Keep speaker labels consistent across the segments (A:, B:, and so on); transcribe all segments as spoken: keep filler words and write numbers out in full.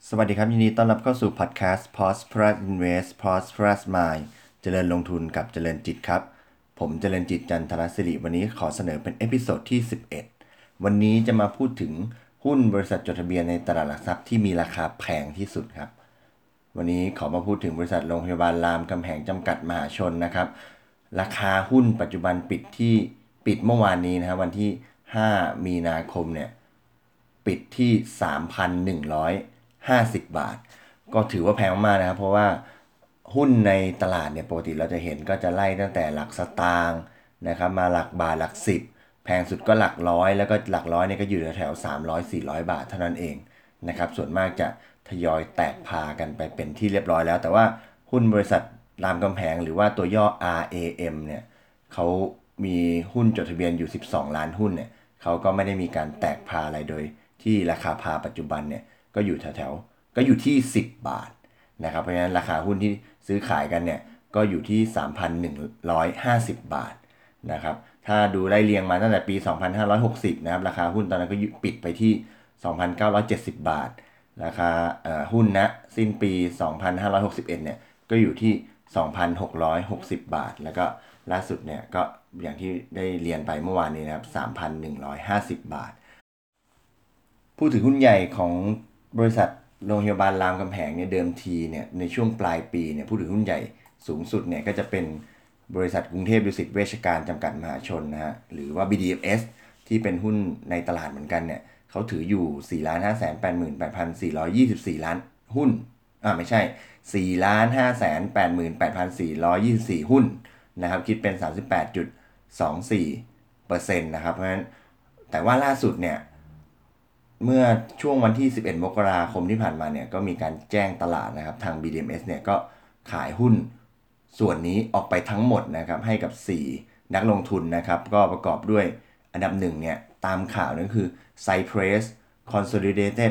A: สวัสดีครับยินดีต้อนรับเข้าสู่พอดแคสต์ Prosperous Invest Prosperous Mind เจริญลงทุนกับเจริญจิตครับผมเจริญจิตจันทรศิริวันนี้ขอเสนอเป็นเอพิโซดที่สิบเอ็ดวันนี้จะมาพูดถึงหุ้นบริษัทจดทะเบียนในตลาดหลักทรัพย์ที่มีราคาแพงที่สุดครับวันนี้ขอมาพูดถึงบริษัทโรงพยาบาลรามคำแหงจำกัดมหาชนนะครับราคาหุ้นปัจจุบันปิดที่ปิดเมื่อวานนี้นะครับวันที่ห้ามีนาคมเนี่ยปิดที่ สามพันหนึ่งร้อยห้าสิบ บาทก็ถือว่าแพงมากนะครับเพราะว่าหุ้นในตลาดเนี่ยปกติเราจะเห็นก็จะไล่ตั้งแต่หลักสตางค์นะครับมาหลักบาทหลักสิบแพงสุดก็หลักร้อยแล้วก็หลักร้อยเนี่ยก็อยู่แถวๆสามร้อย สี่ร้อยบาทเท่านั้นเองนะครับส่วนมากจะทยอยแตกพากันไปเป็นที่เรียบร้อยแล้วแต่ว่าหุ้นบริษัทรามคำแหงหรือว่าตัวย่อ อาร์ เอ เอ็ม เนี่ยเขามีหุ้นจดทะเบียนอยู่สิบสองล้านหุ้นเนี่ยเขาก็ไม่ได้มีการแตกพาอะไรโดยที่ราคาพาปัจจุบันเนี่ยก็อยู่แถวๆก็อยู่ที่สิบบาทนะครับเพราะฉะนั้นราคาหุ้นที่ซื้อขายกันเนี่ยก็อยู่ที่ สามพันหนึ่งร้อยห้าสิบ บาทนะครับถ้าดูไล่เรียงมาตั้งแต่ปีสองพันห้าร้อยหกสิบนะครับราคาหุ้นตอนนั้นก็ปิดไปที่ สองพันเก้าร้อยเจ็ดสิบ บาทราคาหุ้นณสิ้นปีสองพันห้าร้อยหกสิบเอ็ดเนี่ยก็อยู่ที่ สองพันหกร้อยหกสิบ บาทแล้วก็ล่าสุดเนี่ยก็อย่างที่ได้เรียนไปเมื่อวานนี้นะครับ สามพันหนึ่งร้อยห้าสิบ บาทพูดถึงหุ้นใหญ่ของบริษัทโรงพยาบาลรามคำแหงเนี่ยเดิมทีเนี่ยในช่วงปลายปีเนี่ยพูดถึงหุ้นใหญ่สูงสุดเนี่ยก็จะเป็นบริษัทกรุงเทพดุสิตเวชการจำกัดมหาชนนะฮะหรือว่า บี ดี เอฟ เอส ที่เป็นหุ้นในตลาดเหมือนกันเนี่ยเขาถืออยู่ สี่ล้านห้าแสนแปดหมื่นแปดพันสี่ร้อยยี่สิบสี่ ล้านหุ้นอ่าไม่ใช่ สี่ล้านห้าแสนแปดหมื่นแปดพันสี่ร้อยยี่สิบสี่ หุ้นนะครับคิดเป็น สามสิบแปดจุดสองสี่เปอร์เซ็นต์ นะครับเพราะฉะนั้นแต่ว่าล่าสุดเนี่ยเมื่อช่วงวันที่สิบเอ็ดมกราคมที่ผ่านมาเนี่ยก็มีการแจ้งตลาดนะครับทาง บี ดี เอ็ม เอส เนี่ยก็ขายหุ้นส่วนนี้ออกไปทั้งหมดนะครับให้กับสี่นักลงทุนนะครับก็ประกอบด้วยอันดับหนึ่งเนี่ยตามข่าวนั่นคือ Cypress Consolidated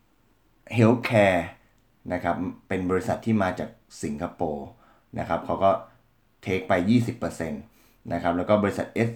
A: Healthcare นะครับเป็นบริษัทที่มาจากสิงคโปร์นะครับเขาก็เทคไป ยี่สิบเปอร์เซ็นต์ นะครับแล้วก็บริษัท S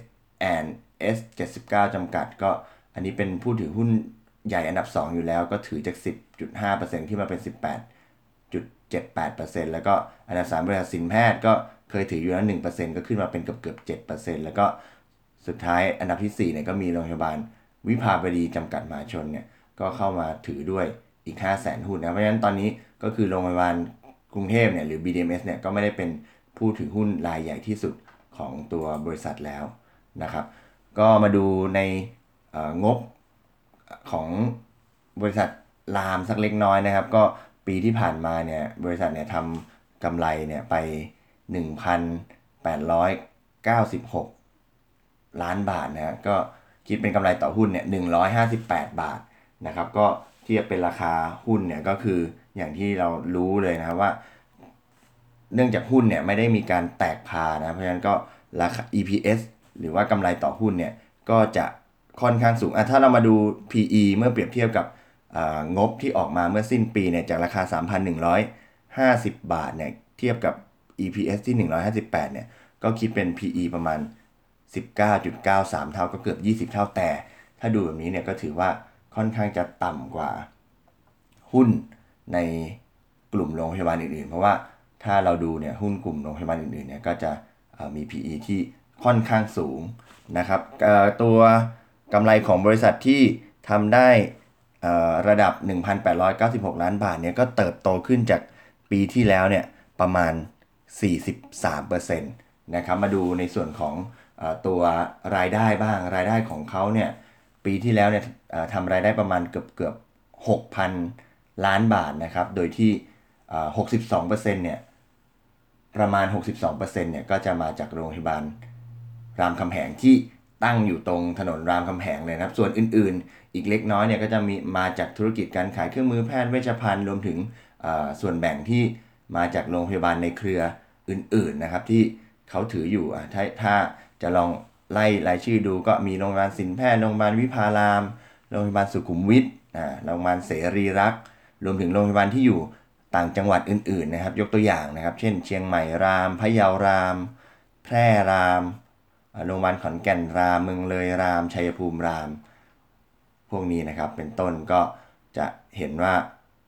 A: S เจ็ดสิบเก้าจำกัดก็อันนี้เป็นผู้ถือหุ้นใหญ่อันดับสองอยู่แล้วก็ถือจาก สิบจุดห้าเปอร์เซ็นต์ ขึ้นมาเป็น สิบแปดจุดเจ็ดแปดเปอร์เซ็นต์ แล้วก็อันดับสามบริษัทสินแพทย์ก็เคยถืออยู่แล้ว หนึ่งเปอร์เซ็นต์ ก็ขึ้นมาเป็นเกือบเกือบ เจ็ดเปอร์เซ็นต์ แล้วก็สุดท้ายอันดับที่สี่เนี่ยก็มีโรงพยาบาลวิภาบดีจำกัดมหาชนเนี่ยก็เข้ามาถือด้วยอีก ห้าแสน หุ้นนะเพราะฉะนั้นตอนนี้ก็คือโรงพยาบาลกรุงเทพเนี่ยหรือ บี ดี เอ็ม เอส เนี่ยก็ไม่ได้เป็นผู้ถือหุ้นรายใหญ่ที่สุดของตัวบริษัทแล้วนะครับก็มาดูในงบของบริษัทรามสักเล็กน้อยนะครับก็ปีที่ผ่านมาเนี่ยบริษัทเนี่ยทำกำไรเนี่ยไป หนึ่งพันแปดร้อยเก้าสิบหก ล้านบาทนะก็คิดเป็นกำไรต่อหุ้นเนี่ยหนึ่งร้อยห้าสิบแปดบาทนะครับก็เทียบเป็นราคาหุ้นเนี่ยก็คืออย่างที่เรารู้เลยนะครับว่าเนื่องจากหุ้นเนี่ยไม่ได้มีการแตกพานะเพราะฉะนั้นก็ราคา อี พี เอส หรือว่ากำไรต่อหุ้นเนี่ยก็จะค่อนข้างสูงอ่ะถ้าเรามาดู พี อี เมื่อเปรียบเทียบกับงบที่ออกมาเมื่อสิ้นปีเนี่ยจากราคา สามพันหนึ่งร้อยห้าสิบ บาทเนี่ยเทียบกับ อี พี เอส ที่หนึ่งร้อยห้าสิบแปดเนี่ยก็คิดเป็น พี อี ประมาณ สิบเก้าจุดเก้าสาม เท่าก็เกือบยี่สิบเท่าแต่ถ้าดูแบบนี้เนี่ยก็ถือว่าค่อนข้างจะต่ำกว่าหุ้นในกลุ่มโรงพยาบาลอื่นๆเพราะว่าถ้าเราดูเนี่ยหุ้นกลุ่มโรงพยาบาลอื่นๆเนี่ยก็จะมี พี อี ที่ค่อนข้างสูงนะครับตัวกำไรของบริษัทที่ทำได้ระดับ หนึ่งพันแปดร้อยเก้าสิบหก ล้านบาทเนี่ยก็เติบโตขึ้นจากปีที่แล้วเนี่ยประมาณ สี่สิบสามเปอร์เซ็นต์ นะครับมาดูในส่วนของตัวรายได้บ้างรายได้ของเขาเนี่ยปีที่แล้วเนี่ยทำรายได้ประมาณเกือบเกือบ หกพัน ล้านบาทนะครับโดยที่ หกสิบสองเปอร์เซ็นต์ เนี่ยประมาณ หกสิบสองเปอร์เซ็นต์ เนี่ยก็จะมาจากโรงพยาบาลรามคำแหงที่ตั้งอยู่ตรงถนนรามคำแหงเลยนะครับส่วนอื่นๆอีกเล็กน้อยเนี่ยก็จะมีมาจากธุรกิจการขายเครื่องมือแพทย์เวชภัณฑ์รวมถึงส่วนแบ่งที่มาจากโรงพยาบาลในเครืออื่นๆนะครับที่เขาถืออยู่ถ้าถ้าจะลองไล่รายชื่อดูก็มีโรงพยาบาลศิลแพทย์โรงพยาบาลวิภารามโรงพยาบาลสุขุมวิทอ่าโรงพยาบาลเสรีรักษ์รวมถึงโรงพยาบาลที่อยู่ต่างจังหวัดอื่นๆนะครับยกตัวอย่างนะครับเช่นเชียงใหม่รามพะเยารามแพร่รามโรงพยาบาลขอนแก่นรามเมืองเลยรามชัยภูมิรามพวกนี้นะครับเป็นต้นก็จะเห็นว่า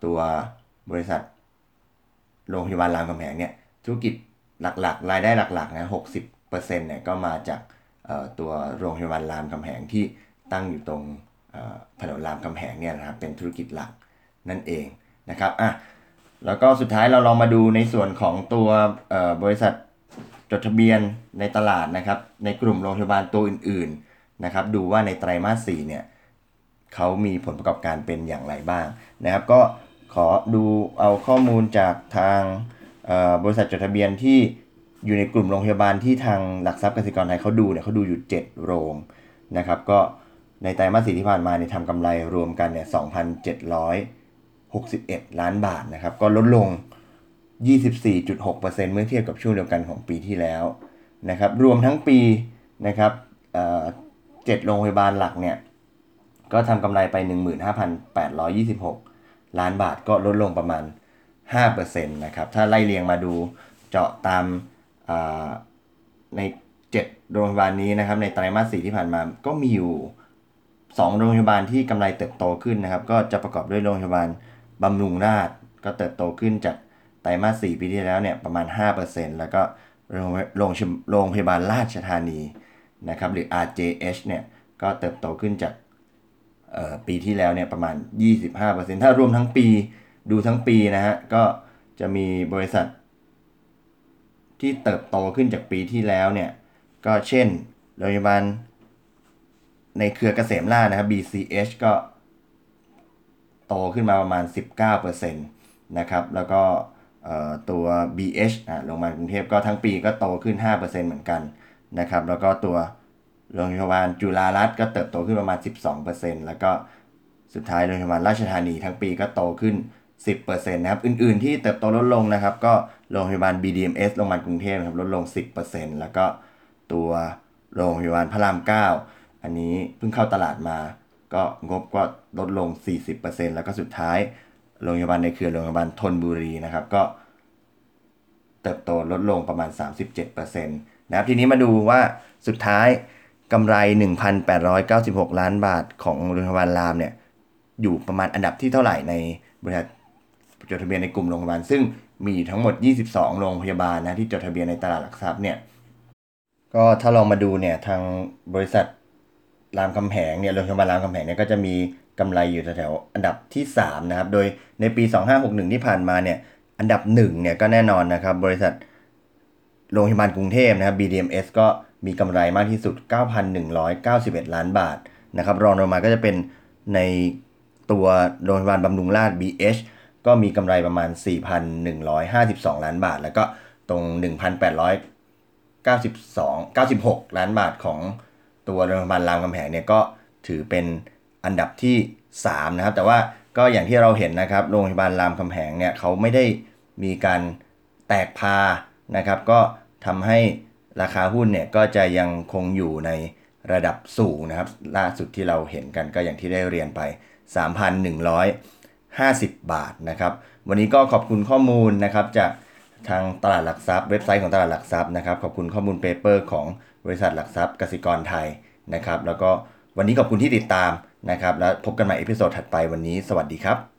A: ตัวบริษัทโรงพยาบาลรามคำแหงเนี่ยธุรกิจหลักๆรายได้หลักๆนะ หกสิบเปอร์เซ็นต์ เนี่ยก็มาจากตัวโรงพยาบาลรามคำแหงที่ตั้งอยู่ตรงถนนรามคำแหงเนี่ยนะครับเป็นธุรกิจหลักนั่นเองนะครับอ่ะแล้วก็สุดท้ายเราลองมาดูในส่วนของตัวบริษัทจดทะเบียนในตลาดนะครับในกลุ่มโรงพยาบาลตัวอื่นๆนะครับดูว่าในไตรมาสสี่เนี่ยเขามีผลประกอบการเป็นอย่างไรบ้างนะครับก็ขอดูเอาข้อมูลจากทางบริษัทจดทะเบียนที่อยู่ในกลุ่มโรงพยาบาลที่ทางหลักทรัพย์กสิกรไทยเขาดูเนี่ยเขาดูอยู่เจ็ดโรงนะครับก็ในไตรมาสสี่ที่ผ่านมาเนี่ยทำกำไรรวมกันเนี่ย สองพันเจ็ดร้อยหกสิบเอ็ด ล้านบาทนะครับก็ลดลง ยี่สิบสี่จุดหกเปอร์เซ็นต์ เมื่อเทียบกับช่วงเดียวกันของปีที่แล้วนะครับรวมทั้งปีนะครับเอ่อเจ็ดโรงพยาบาลหลักเนี่ยก็ทำกำไรไป หนึ่งหมื่นห้าพันแปดร้อยยี่สิบหก ล้านบาทก็ลดลงประมาณ ห้าเปอร์เซ็นต์ นะครับถ้าไล่เรียงมาดูเจาะตามในเจ็ดโรงพยาบาลนี้นะครับในไตรมาสสี่ที่ผ่านมาก็มีอยู่สองโรงพยาบาลที่กำไรเติบโตขึ้นนะครับก็จะประกอบด้วยโรงพยาบาลบำรุงราษฎร์ก็เติบโตขึ้นจากไตรมาสสี่ปีที่แล้วเนี่ยประมาณ ห้าเปอร์เซ็นต์ แล้วก็โรงโรงโรงพยาบาลราชธานีนะครับหรือ อาร์ เจ เอช เนี่ยก็เติบโตขึ้นจากปีที่แล้วเนี่ยประมาณ ยี่สิบห้าเปอร์เซ็นต์ ถ้ารวมทั้งปีดูทั้งปีนะฮะก็จะมีบริษัทที่เติบโตขึ้นจากปีที่แล้วเนี่ยก็เช่นโรงพยาบาลในเครือเกษมราษฎร์นะครับ บี ซี เอช ก็โตขึ้นมาประมาณ สิบเก้าเปอร์เซ็นต์ นะครับแล้วก็ตัว บี เอช อ่ะโรงพยาบาลกรุงเทพก็ทั้งปีก็โตขึ้น ห้าเปอร์เซ็นต์ เหมือนกันนะครับแล้วก็ตัวโรงพยาบาลจุฬารัตน์ก็เติบโตขึ้นประมาณ สิบสองเปอร์เซ็นต์ แล้วก็สุดท้ายโรงพยาบาลราชธานีทั้งปีก็โตขึ้น สิบเปอร์เซ็นต์ นะครับอื่นๆที่เติบโตลดลงนะครับก็โรงพยาบาล บี ดี เอ็ม เอส โรงพยาบาลกรุงเทพนะครับลดลง สิบเปอร์เซ็นต์ แล้วก็ตัวโรงพยาบาลพระรามเก้าอันนี้เพิ่งเข้าตลาดมาก็งบก็ลดลง สี่สิบเปอร์เซ็นต์ แล้วก็สุดท้ายโรงพยาบาลในเครือโรงพยาบาลธนบุรีนะครับก็เติบโตลดลงประมาณ สามสิบเจ็ดเปอร์เซ็นต์ นะครับทีนี้มาดูว่าสุดท้ายกำไร หนึ่งพันแปดร้อยเก้าสิบหก ล้านบาทของโรงพยาบาลรามเนี่ยอยู่ประมาณอันดับที่เท่าไหร่ในบริษัทจดทะเบียนในกลุ่มโรงพยาบาลซึ่งมีทั้งหมดยี่สิบสองโรงพยาบาลนะที่จดทะเบียนในตลาดหลักทรัพย์เนี่ยก็ถ้าลองมาดูเนี่ยทางบริษัทรามคำแหงเนี่ยโรงพยาบาลรามคำแหงเนี่ยก็จะมีกำไรอยู่แถวๆอันดับที่สามนะครับโดยในปีสองพันห้าร้อยหกสิบเอ็ดที่ผ่านมาเนี่ยอันดับหนึ่งเนี่ยก็แน่นอนนะครับบริษัทโรงพยาบาลกรุงเทพนะครับ บี ดี เอ็ม เอส ก็มีกำไรมากที่สุด เก้าพันหนึ่งร้อยเก้าสิบเอ็ด ล้านบาทนะครับรองลงมาก็จะเป็นในตัวโรงพยาบาลบำรุงราษฎร์ บี เอช ก็มีกำไรประมาณ สี่พันหนึ่งร้อยห้าสิบสอง ล้านบาทแล้วก็ตรง หนึ่งพันแปดร้อยเก้าสิบสอง เก้าสิบหก ล้านบาทของตัวโรงพยาบาลรามคำแหงเนี่ยก็ถือเป็นอันดับที่สามนะครับแต่ว่าก็อย่างที่เราเห็นนะครับโรงพยาบาลรามคำแหงเนี่ยเขาไม่ได้มีการแตกพานะครับก็ทำให้ราคาหุ้นเนี่ยก็จะยังคงอยู่ในระดับสูงนะครับล่าสุดที่เราเห็นกันก็อย่างที่ได้เรียนไป สามพันหนึ่งร้อยห้าสิบ บาทนะครับวันนี้ก็ขอบคุณข้อมูลนะครับจากทางตลาดหลักทรัพย์เว็บไซต์ของตลาดหลักทรัพย์นะครับขอบคุณข้อมูลเปเปอร์ของบริษัทหลักทรัพย์กสิกรไทยนะครับแล้วก็วันนี้ขอบคุณที่ติดตามนะครับแล้วพบกันใหม่เอพิโซดถัดไปวันนี้สวัสดีครับ